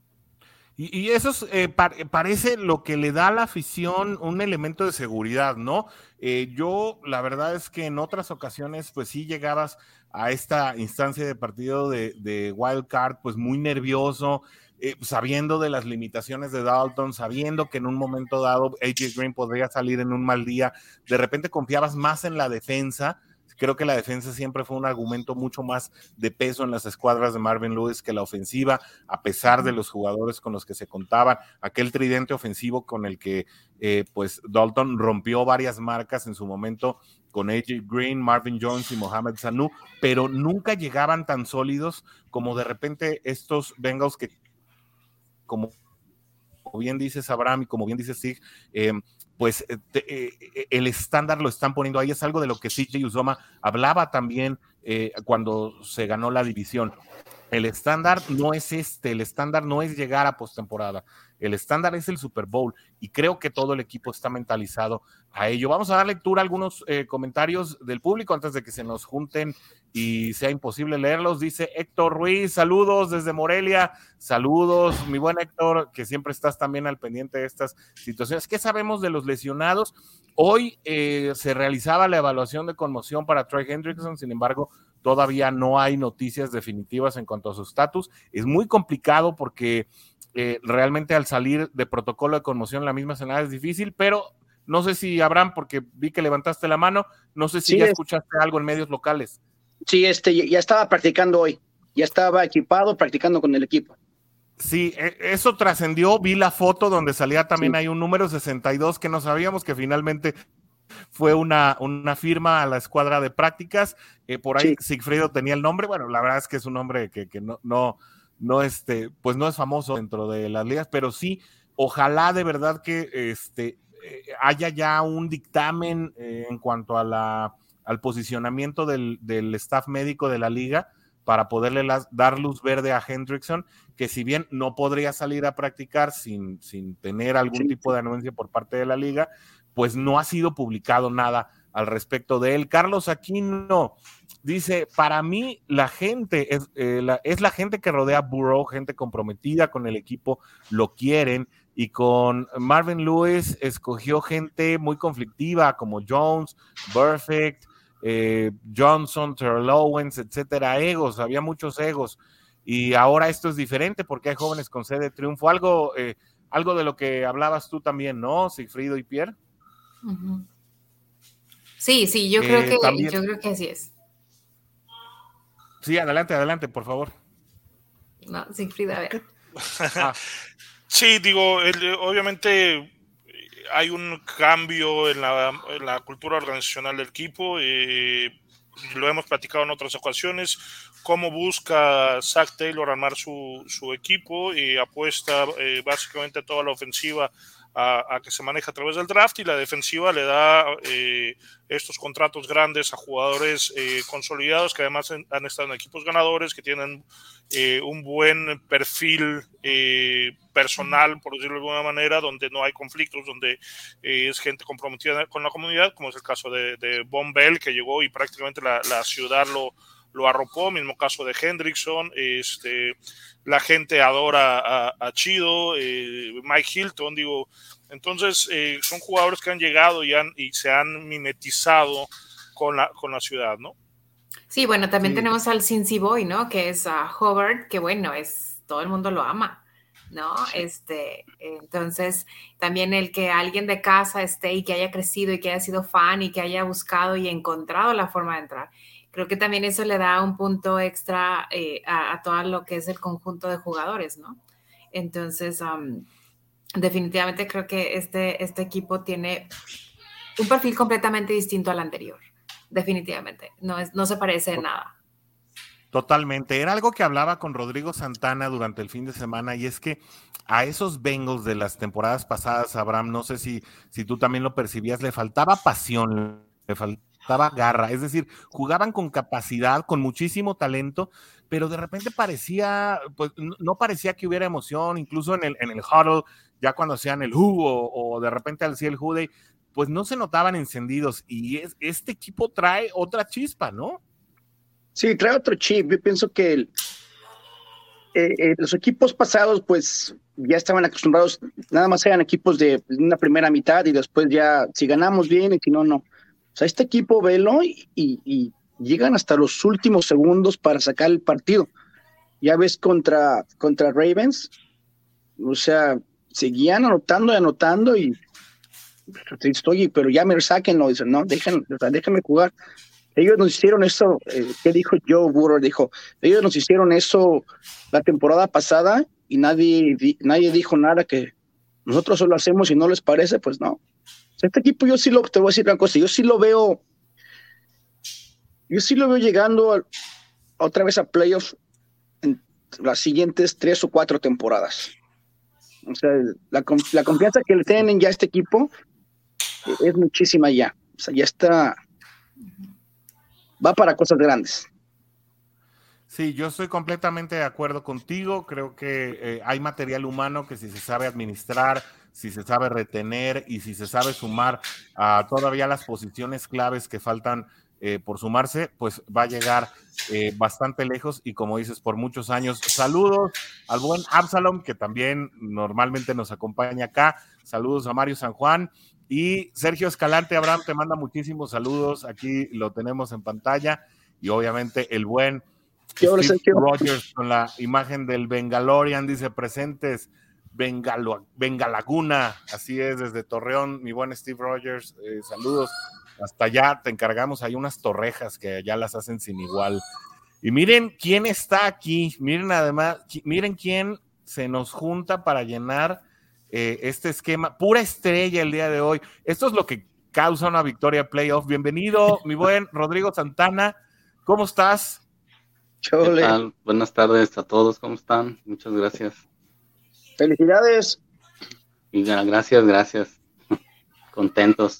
[SPEAKER 4] Y, y eso es, eh, pa parece lo que le da a la afición un elemento de seguridad, ¿no? Eh, yo, la verdad es que en otras ocasiones, pues sí llegabas a esta instancia de partido de, de Wild Card, pues muy nervioso, eh, sabiendo de las limitaciones de Dalton, sabiendo que en un momento dado A J Green podría salir en un mal día, de repente confiabas más en la defensa. Creo que la defensa siempre fue un argumento mucho más de peso en las escuadras de Marvin Lewis que la ofensiva, a pesar de los jugadores con los que se contaban, aquel tridente ofensivo con el que eh, pues Dalton rompió varias marcas en su momento con A J Green, Marvin Jones y Mohamed Sanu, pero nunca llegaban tan sólidos como de repente estos Bengals que, como bien dices Abraham y como bien dice Sig, eh, pues te, eh, el estándar lo están poniendo ahí, es algo de lo que C J Uzomah hablaba también eh, cuando se ganó la división. El estándar no es este, el estándar no es llegar a postemporada, el estándar es el Super Bowl y creo que todo el equipo está mentalizado a ello. Vamos a dar lectura a algunos eh, comentarios del público antes de que se nos junten y sea imposible leerlos. Dice Héctor Ruiz, saludos desde Morelia, saludos, mi buen Héctor, que siempre estás también al pendiente de estas situaciones. ¿Qué sabemos de los lesionados? Hoy eh, se realizaba la evaluación de conmoción para Trey Hendrickson, sin embargo, todavía no hay noticias definitivas en cuanto a su estatus. Es muy complicado porque eh, realmente al salir de protocolo de conmoción la misma escena es difícil, pero no sé si Abraham, porque vi que levantaste la mano, no sé si sí, ya es... escuchaste algo en medios locales.
[SPEAKER 5] Sí, este, ya estaba practicando hoy, ya estaba equipado practicando con el equipo.
[SPEAKER 4] Sí, eso trascendió, vi la foto donde salía también sí. Hay un número sesenta y dos que no sabíamos que finalmente fue una, una firma a la escuadra de prácticas, eh, por ahí sí. Sigfrido tenía el nombre, bueno, la verdad es que es un nombre que, que no, no, no, este, pues no es famoso dentro de las ligas, pero sí, ojalá de verdad que este, eh, haya ya un dictamen eh, en cuanto a la, al posicionamiento del, del staff médico de la liga para poderle las, dar luz verde a Hendrickson, que si bien no podría salir a practicar sin, sin tener algún sí. tipo de anuencia por parte de la liga, pues no ha sido publicado nada al respecto de él. Carlos Aquino dice, para mí la gente, es, eh, la, es la gente que rodea a Burrow, gente comprometida con el equipo, lo quieren, y con Marvin Lewis escogió gente muy conflictiva como Jones, Perfect, eh, Johnson, Terrell Owens, etcétera, egos, había muchos egos, y ahora esto es diferente porque hay jóvenes con sed de triunfo, algo, eh, algo de lo que hablabas tú también, ¿no, Sigfrido y Pierre?
[SPEAKER 2] Uh-huh. Sí, sí, yo, eh, creo que, también... yo creo que así es.
[SPEAKER 4] Sí, adelante, adelante, por favor.
[SPEAKER 2] No, Sigfrido, a ver.
[SPEAKER 3] ah. Sí, digo, el, obviamente hay un cambio en la, en la cultura organizacional del equipo, eh, lo hemos platicado en otras ocasiones, cómo busca Zac Taylor armar su, su equipo y apuesta eh, básicamente toda la ofensiva A, a que se maneja a través del draft, y la defensiva le da eh, estos contratos grandes a jugadores eh, consolidados que además en, han estado en equipos ganadores, que tienen eh, un buen perfil eh, personal, por decirlo de alguna manera, donde no hay conflictos, donde eh, es gente comprometida con la comunidad, como es el caso de, de Von Bell, que llegó y prácticamente la, la ciudad lo lo arropó, mismo caso de Hendrickson, este, la gente adora a, a Chido, eh, Mike Hilton, digo, entonces eh, son jugadores que han llegado y, han, y se han mimetizado con la, con la ciudad, ¿no?
[SPEAKER 2] Sí, bueno, también
[SPEAKER 4] Sí.
[SPEAKER 2] tenemos al Cincy Boy, ¿no? Que es uh, Hubbard, que bueno, es todo el mundo lo ama, ¿no? Este, entonces, también el que alguien de casa esté y que haya crecido y que haya sido fan y que haya buscado y encontrado la forma de entrar. Creo que también eso le da un punto extra eh, a, a todo lo que es el conjunto de jugadores, ¿no? Entonces, um, definitivamente creo que este, este equipo tiene un perfil completamente distinto al anterior. Definitivamente. No, es, no se parece en nada.
[SPEAKER 4] Totalmente. Era algo que hablaba con Rodrigo Santana durante el fin de semana y es que a esos Bengals de las temporadas pasadas, Abraham, no sé si, si tú también lo percibías, le faltaba pasión, le faltaba garra. Es decir, jugaban con capacidad, con muchísimo talento, pero de repente parecía, pues no parecía que hubiera emoción, incluso en el, en el huddle, ya cuando hacían el who o, o de repente al el who day, pues no se notaban encendidos y es, este equipo trae otra chispa, ¿no?
[SPEAKER 5] Sí, trae otro chip. Yo pienso que el, eh, eh, los equipos pasados, pues ya estaban acostumbrados, nada más eran equipos de una primera mitad y después ya, si ganamos bien y si no, no. O sea, este equipo, velo y, y, y llegan hasta los últimos segundos para sacar el partido. Ya ves contra, contra Ravens, o sea, seguían anotando y anotando y estoy, pero ya me saquen, no, dicen, no, déjenme, o sea, déjenme jugar. Ellos nos hicieron eso, eh, ¿qué dijo Joe Burrow? Dijo, ellos nos hicieron eso la temporada pasada y nadie, di, nadie dijo nada, que nosotros solo hacemos y no les parece, pues no. O sea, este equipo yo sí lo, te voy a decir una cosa, yo sí lo veo, yo sí lo veo llegando a, otra vez a playoffs en las siguientes tres o cuatro temporadas. O sea, la, la confianza que le tienen ya a este equipo es muchísima ya. O sea, ya está... va para cosas grandes.
[SPEAKER 4] Sí, yo estoy completamente de acuerdo contigo. Creo que eh, hay material humano que si se sabe administrar, si se sabe retener y si se sabe sumar a todavía las posiciones claves que faltan eh, por sumarse, pues va a llegar eh, bastante lejos y como dices, por muchos años. Saludos al buen Absalom, que también normalmente nos acompaña acá. Saludos a Mario San Juan. Y Sergio Escalante, Abraham, te manda muchísimos saludos. Aquí lo tenemos en pantalla. Y obviamente el buen Steve Rogers con la imagen del Bengalorian, dice presentes, Bengalo, Bengalaguna, así es, desde Torreón, mi buen Steve Rogers, eh, saludos, hasta allá te encargamos, hay unas torrejas que ya las hacen sin igual. Y miren quién está aquí, miren además, miren quién se nos junta para llenar eh, este esquema, pura estrella el día de hoy. Esto es lo que causa una victoria playoff. Bienvenido, mi buen Rodrigo Santana, ¿cómo estás?
[SPEAKER 6] ¿Qué tal? Buenas tardes a todos, ¿cómo están? Muchas gracias.
[SPEAKER 5] Felicidades.
[SPEAKER 6] Y gracias, gracias. Contentos.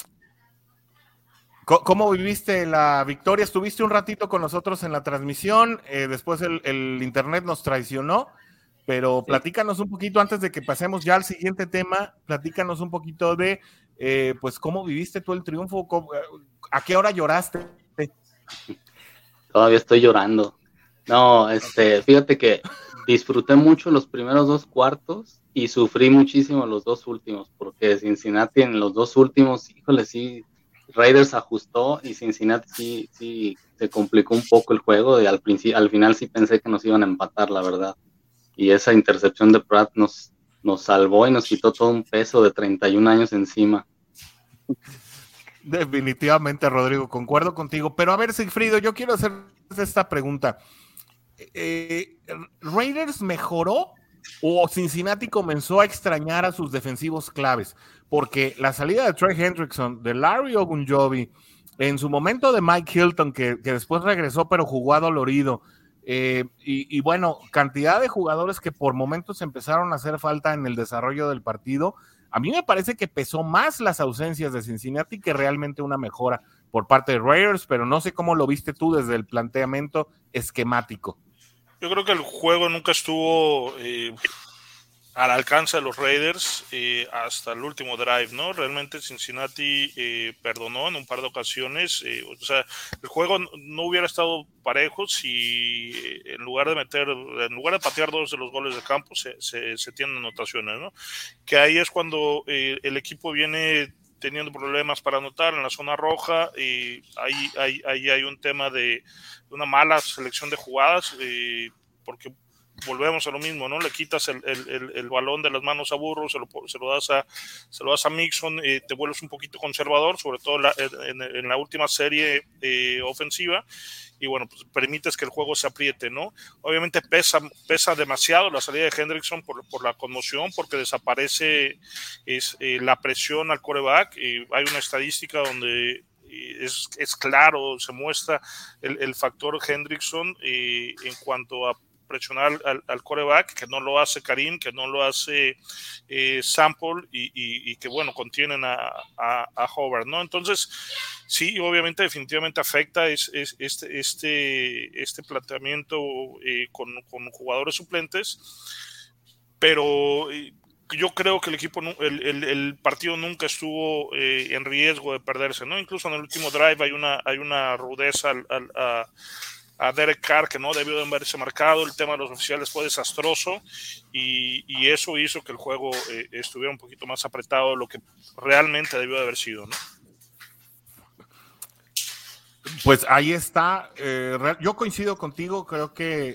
[SPEAKER 4] ¿Cómo viviste la victoria? Estuviste un ratito con nosotros en la transmisión, eh, después el, el internet nos traicionó, pero sí. Platícanos un poquito antes de que pasemos ya al siguiente tema, platícanos un poquito de, eh, pues, ¿cómo viviste tú el triunfo? ¿Cómo, ¿A qué hora lloraste?
[SPEAKER 6] Todavía estoy llorando. No, este, fíjate que disfruté mucho los primeros dos cuartos y sufrí muchísimo los dos últimos, porque Cincinnati en los dos últimos, híjole, sí, Raiders ajustó y Cincinnati sí, sí se complicó un poco el juego, y al principio, al final sí pensé que nos iban a empatar, la verdad. Y esa intercepción de Pratt nos, nos salvó y nos quitó todo un peso de treinta y un años encima.
[SPEAKER 4] Definitivamente, Rodrigo, concuerdo contigo. Pero a ver, Sigfrido, yo quiero hacer esta pregunta. Eh, ¿Raiders mejoró o Cincinnati comenzó a extrañar a sus defensivos claves? Porque la salida de Trey Hendrickson, de Larry Ogunjobi, en su momento de Mike Hilton, que, que después regresó pero jugó adolorido, eh, y, y bueno, cantidad de jugadores que por momentos empezaron a hacer falta en el desarrollo del partido. A mí me parece que pesó más las ausencias de Cincinnati que realmente una mejora por parte de Raiders, pero no sé cómo lo viste tú desde el planteamiento esquemático.
[SPEAKER 3] Yo creo que el juego nunca estuvo eh, al alcance de los Raiders eh, hasta el último drive, ¿no? Realmente Cincinnati eh, perdonó en un par de ocasiones. Eh, o sea, el juego no hubiera estado parejo si eh, en lugar de meter, en lugar de patear dos de los goles de campo, se, se, se tienen anotaciones, ¿no? Que ahí es cuando eh, el equipo viene teniendo problemas para anotar en la zona roja, y ahí, ahí, ahí hay un tema de una mala selección de jugadas, eh, porque volvemos a lo mismo, ¿no? Le quitas el, el, el, el balón de las manos a Burrow, se lo, se lo das a se lo das a Mixon, eh, te vuelves un poquito conservador, sobre todo la, en, en la última serie eh, ofensiva, y bueno, pues permites que el juego se apriete, ¿no? Obviamente pesa, pesa demasiado la salida de Hendrickson por, por la conmoción, porque desaparece es, eh, la presión al quarterback, y hay una estadística donde es, es claro, se muestra el, el factor Hendrickson eh, en cuanto a presionar al, al quarterback, que no lo hace Karim, que no lo hace eh, Sample, y, y, y que bueno, contienen a, a, a Howard, ¿no? Entonces, sí, obviamente, definitivamente afecta es, es, este, este, este planteamiento eh, con, con jugadores suplentes, pero eh, yo creo que el equipo, el, el, el partido nunca estuvo eh, en riesgo de perderse, ¿no? Incluso en el último drive hay una, hay una rudeza al, al, a a Derek Carr que no debió de haberse marcado, el tema de los oficiales fue desastroso, y, y eso hizo que el juego eh, estuviera un poquito más apretado de lo que realmente debió de haber sido, ¿no?
[SPEAKER 4] Pues ahí está, eh, yo coincido contigo, creo que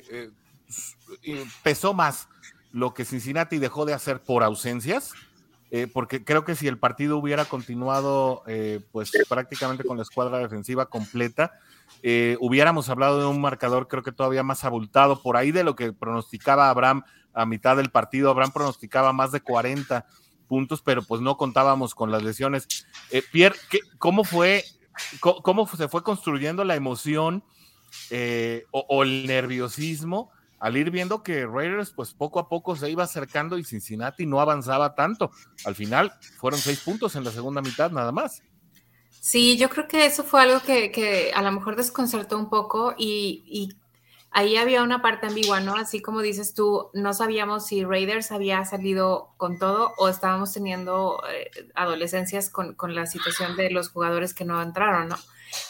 [SPEAKER 4] eh, pesó más lo que Cincinnati dejó de hacer por ausencias, eh, porque creo que si el partido hubiera continuado eh, pues prácticamente con la escuadra defensiva completa, Eh, hubiéramos hablado de un marcador creo que todavía más abultado, por ahí de lo que pronosticaba Abraham a mitad del partido. Abraham pronosticaba más de cuarenta puntos, pero pues no contábamos con las lesiones. Eh, Pierre, ¿qué, ¿cómo fue, cómo, cómo se fue construyendo la emoción eh, o, o el nerviosismo al ir viendo que Raiders pues poco a poco se iba acercando y Cincinnati no avanzaba tanto? Al final fueron seis puntos en la segunda mitad nada más.
[SPEAKER 2] Sí, yo creo que eso fue algo que, que a lo mejor desconcertó un poco, y, y ahí había una parte ambigua, ¿no? Así como dices tú, no sabíamos si Raiders había salido con todo o estábamos teniendo eh, adolescencias con, con la situación de los jugadores que no entraron, ¿no?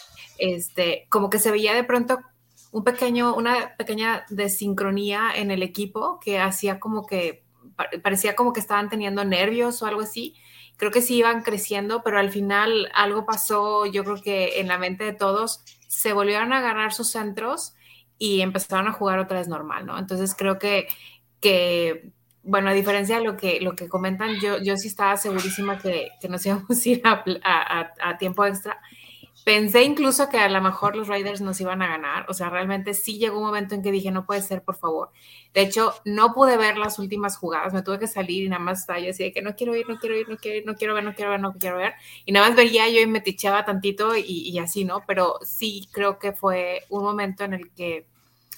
[SPEAKER 2] Este, como que se veía de pronto un pequeño, una pequeña desincronía en el equipo que hacía como que, parecía como que estaban teniendo nervios o algo así. Creo que sí iban creciendo, pero al final algo pasó, yo creo que en la mente de todos, se volvieron a agarrar sus centros y empezaron a jugar otra vez normal, ¿no? Entonces creo que, que bueno, a diferencia de lo que, lo que comentan, yo, yo sí estaba segurísima que, que nos íbamos a ir a, a, a tiempo extra. Pensé incluso que a lo mejor los Raiders nos iban a ganar, o sea, realmente sí llegó un momento en que dije, no puede ser, por favor. De hecho, no pude ver las últimas jugadas, me tuve que salir y nada más estaba yo así de que no quiero ir, no quiero ir, no quiero ir, no quiero ver, no quiero ver, no quiero ver, y nada más veía yo y me ticheaba tantito y, y así, ¿no? Pero sí creo que fue un momento en el que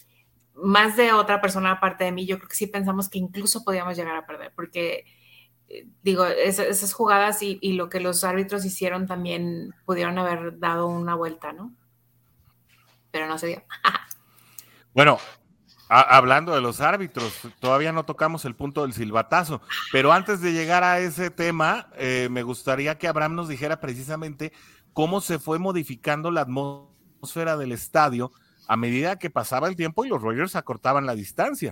[SPEAKER 2] más de otra persona aparte de mí, yo creo que sí pensamos que incluso podíamos llegar a perder, porque digo, es, esas jugadas y, y lo que los árbitros hicieron también pudieron haber dado una vuelta, ¿no? Pero no se dio.
[SPEAKER 4] Bueno, a, hablando de los árbitros, todavía no tocamos el punto del silbatazo, pero antes de llegar a ese tema, eh, me gustaría que Abraham nos dijera precisamente cómo se fue modificando la atmósfera del estadio a medida que pasaba el tiempo y los Raiders acortaban la distancia.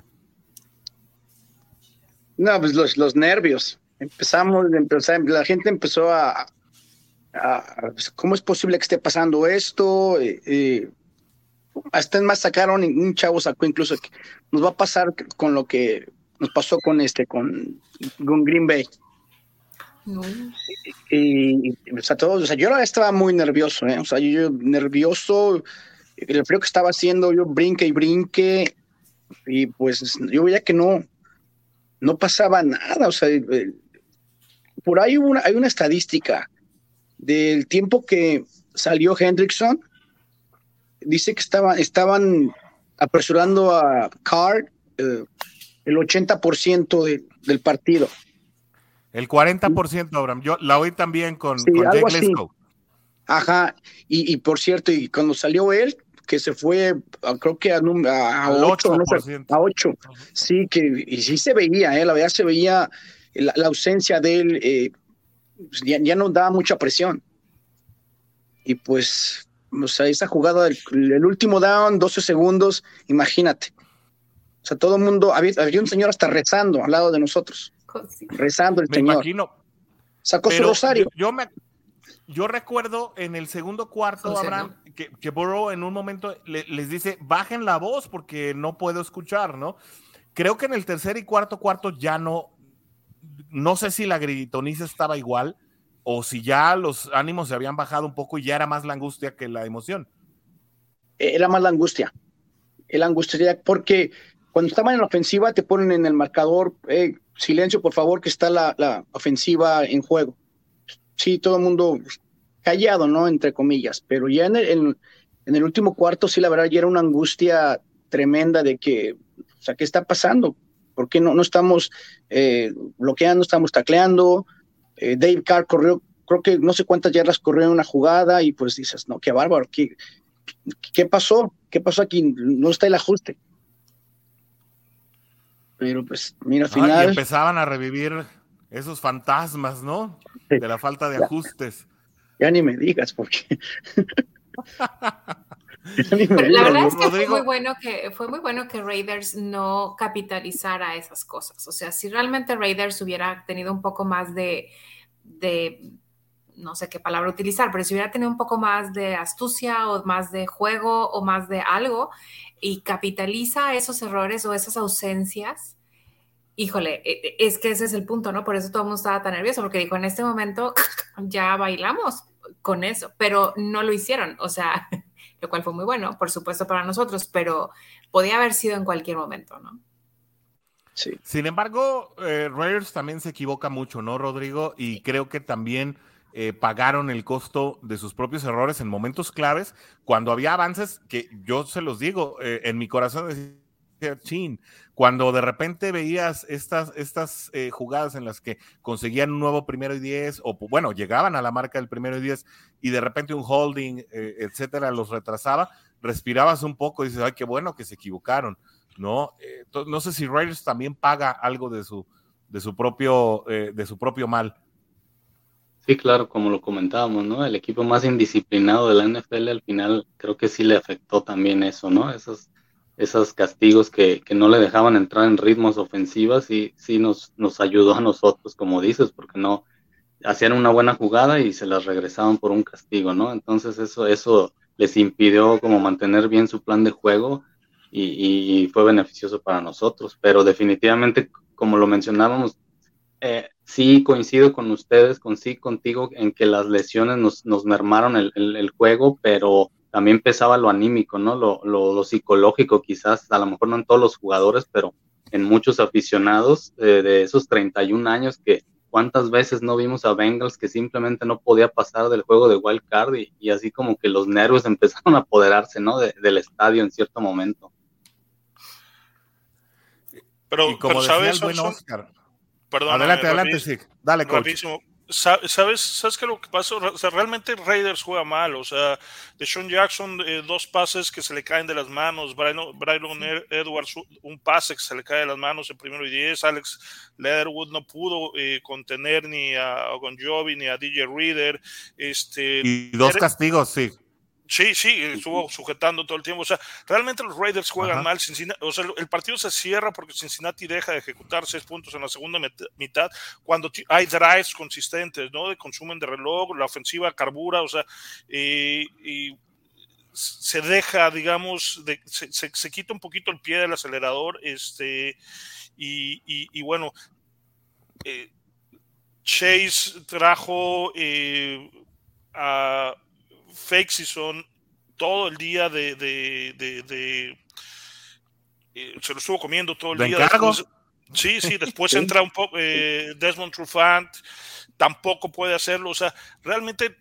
[SPEAKER 5] No, pues los, los nervios. Empezamos, empezamos, la gente empezó a, a, a pues, ¿cómo es posible que esté pasando esto? Eh, eh, hasta más sacaron, un chavo sacó incluso que nos va a pasar con lo que nos pasó con este, con, con Green Bay.
[SPEAKER 2] No.
[SPEAKER 5] Y, y o sea, todos, o sea, yo estaba muy nervioso, ¿eh? O sea, yo, yo nervioso, el frío que estaba haciendo, yo brinque y brinque, y pues yo veía que no, no pasaba nada, o sea, eh, por ahí una, hay una estadística del tiempo que salió Hendrickson, dice que estaban, estaban apresurando a Carr eh, el ochenta por ciento de, del partido.
[SPEAKER 4] El cuarenta por ciento, Abraham. Yo la oí también con,
[SPEAKER 5] sí,
[SPEAKER 4] con Jake
[SPEAKER 5] Lesko. Ajá, y, y por cierto, y cuando salió él, que se fue, a, creo que a, a, a ocho, no sé, a ocho, uh-huh. Sí, que y sí se veía, eh, la verdad se veía la, la ausencia de él, eh, ya, ya no daba mucha presión. Y pues, o sea, esa jugada, el, el último down, doce segundos, imagínate. O sea, todo el mundo, había, había un señor hasta rezando al lado de nosotros. Rezando el
[SPEAKER 4] me
[SPEAKER 5] señor.
[SPEAKER 4] Imagino.
[SPEAKER 5] Sacó su rosario.
[SPEAKER 4] Yo, yo, me, Yo recuerdo en el segundo cuarto,
[SPEAKER 2] Funcionó.
[SPEAKER 4] Abraham, que, que Burrow en un momento le, les dice, bajen la voz porque no puedo escuchar, ¿no? Creo que en el tercer y cuarto cuarto ya no, no sé si la gritoniza estaba igual o si ya los ánimos se habían bajado un poco y ya era más la angustia que la emoción.
[SPEAKER 5] Era más la angustia, la angustia, porque cuando estaban en la ofensiva te ponen en el marcador, eh, silencio por favor que está la, la ofensiva en juego. Sí, todo el mundo callado, ¿no? Entre comillas, pero ya en el, en, en el último cuarto, sí, la verdad, ya era una angustia tremenda de que, o sea, ¿qué está pasando? ¿Por qué no, no estamos eh, bloqueando, estamos tacleando? Eh, Dave Carr corrió, creo que no sé cuántas yardas corrió en una jugada y pues dices, no, qué bárbaro, ¿qué, qué pasó? ¿Qué pasó aquí? No está el ajuste. Pero pues, mira, al final...
[SPEAKER 4] Ah, y empezaban a revivir esos fantasmas, ¿no? De la falta de ajustes.
[SPEAKER 5] Ya ni me digas, porque...
[SPEAKER 2] Pero la verdad es que
[SPEAKER 4] Rodrigo.
[SPEAKER 2] fue muy bueno que fue muy bueno que Raiders no capitalizara esas cosas. O sea, si realmente Raiders hubiera tenido un poco más de, de no sé qué palabra utilizar, pero si hubiera tenido un poco más de astucia o más de juego o más de algo y capitaliza esos errores o esas ausencias, híjole, es que ese es el punto, ¿no? Por eso todo el mundo estaba tan nervioso, porque dijo, en este momento ya bailamos con eso, pero no lo hicieron, o sea, lo cual fue muy bueno, por supuesto, para nosotros, pero podía haber sido en cualquier momento, ¿no?
[SPEAKER 5] Sí.
[SPEAKER 4] Sin embargo, eh, Raiders también se equivoca mucho, ¿no, Rodrigo? Y creo que también eh, pagaron el costo de sus propios errores en momentos claves, cuando había avances que yo se los digo, eh, en mi corazón decía, chin, cuando de repente veías estas, estas eh, jugadas en las que conseguían un nuevo primero y diez, o bueno, llegaban a la marca del primero y diez, y de repente un holding, eh, etcétera, los retrasaba, respirabas un poco y dices, ay, qué bueno que se equivocaron, ¿no? Eh, no sé si Raiders también paga algo de su, de su propio, eh, de su propio mal.
[SPEAKER 6] Sí, claro, como lo comentábamos, ¿no? El equipo más indisciplinado de la N F L al final creo que sí le afectó también eso, ¿no? Esos, esos castigos que, que no le dejaban entrar en ritmos ofensivos y sí nos, nos ayudó a nosotros, como dices, porque no hacían una buena jugada y se las regresaban por un castigo, ¿no? Entonces eso, eso les impidió como mantener bien su plan de juego y, y fue beneficioso para nosotros, pero definitivamente, como lo mencionábamos, eh, sí coincido con ustedes, con sí contigo en que las lesiones nos, nos mermaron el, el, el juego, pero también pesaba lo anímico, ¿no? Lo, lo, lo psicológico quizás, a lo mejor no en todos los jugadores, pero en muchos aficionados eh, de esos treinta y un años que cuántas veces no vimos a Bengals que simplemente no podía pasar del juego de Wild Card y, y así como que los nervios empezaron a apoderarse, ¿no? De, del estadio en cierto momento.
[SPEAKER 3] Pero,
[SPEAKER 4] y como
[SPEAKER 3] pero
[SPEAKER 4] decía
[SPEAKER 3] ¿sabes,
[SPEAKER 4] el buen
[SPEAKER 3] Samson?
[SPEAKER 4] Oscar.
[SPEAKER 3] Perdón,
[SPEAKER 4] Adelante, adelante, sí. Dale, coach.
[SPEAKER 3] Rapidísimo. ¿Sabes, ¿Sabes qué lo que pasa? O sea, realmente Raiders juega mal. O sea, DeSean Jackson, eh, dos pases que se le caen de las manos. Braylon, Braylon Edwards, un pase que se le cae de las manos en primero y diez. Alex Leatherwood no pudo eh, contener ni a Ogunjobi ni a D J Reader. Este,
[SPEAKER 4] y dos
[SPEAKER 3] Eric,
[SPEAKER 4] castigos, sí.
[SPEAKER 3] Sí, sí, estuvo sujetando todo el tiempo. O sea, realmente los Raiders juegan Ajá. mal. Cincinnati, o sea, el partido se cierra porque Cincinnati deja de ejecutar seis puntos en la segunda mitad cuando hay drives consistentes, ¿no? De consumen de reloj, la ofensiva carbura, o sea, y, y se deja, digamos, de, se, se, se quita un poquito el pie del acelerador, este, y, y, y bueno, eh, Chase trajo eh, a fake season todo el día de, de, de, de eh, se lo estuvo comiendo todo el
[SPEAKER 4] ¿De
[SPEAKER 3] día
[SPEAKER 4] encargo?
[SPEAKER 3] después, sí, sí, después sí. entra un poco eh, Desmond Trufant, tampoco puede hacerlo, o sea, realmente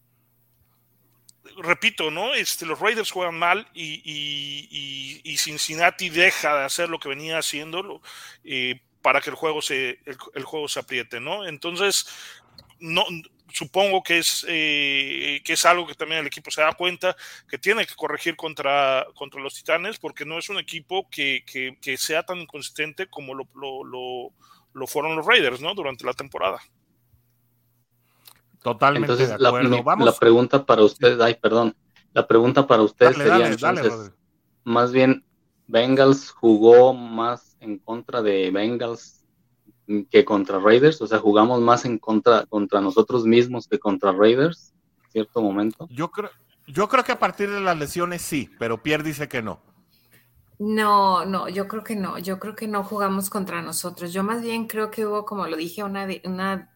[SPEAKER 3] repito, ¿no? Este, los Raiders juegan mal y, y, y, y Cincinnati deja de hacer lo que venía haciendo eh, para que el juego se el, el juego se apriete, ¿no? Entonces, no supongo que es eh, que es algo que también el equipo se da cuenta que tiene que corregir contra, contra los Titanes, porque no es un equipo que, que, que sea tan inconsistente como lo, lo, lo, lo fueron los Raiders, ¿no? Durante la temporada.
[SPEAKER 4] Totalmente.
[SPEAKER 6] Entonces,
[SPEAKER 4] de acuerdo.
[SPEAKER 6] La, mi,
[SPEAKER 4] Vamos.
[SPEAKER 6] la pregunta para ustedes, ay, perdón, la pregunta para ustedes
[SPEAKER 4] dale,
[SPEAKER 6] sería
[SPEAKER 4] dale,
[SPEAKER 6] entonces,
[SPEAKER 4] dale,
[SPEAKER 6] más bien, Bengals jugó más en contra de Bengals que contra Raiders, o sea, jugamos más en contra contra nosotros mismos que contra Raiders, en cierto momento.
[SPEAKER 4] Yo creo, yo creo que a partir de las lesiones sí, pero Pierre dice que no.
[SPEAKER 2] No, no, yo creo que no, yo creo que no jugamos contra nosotros. Yo más bien creo que hubo, como lo dije, una, una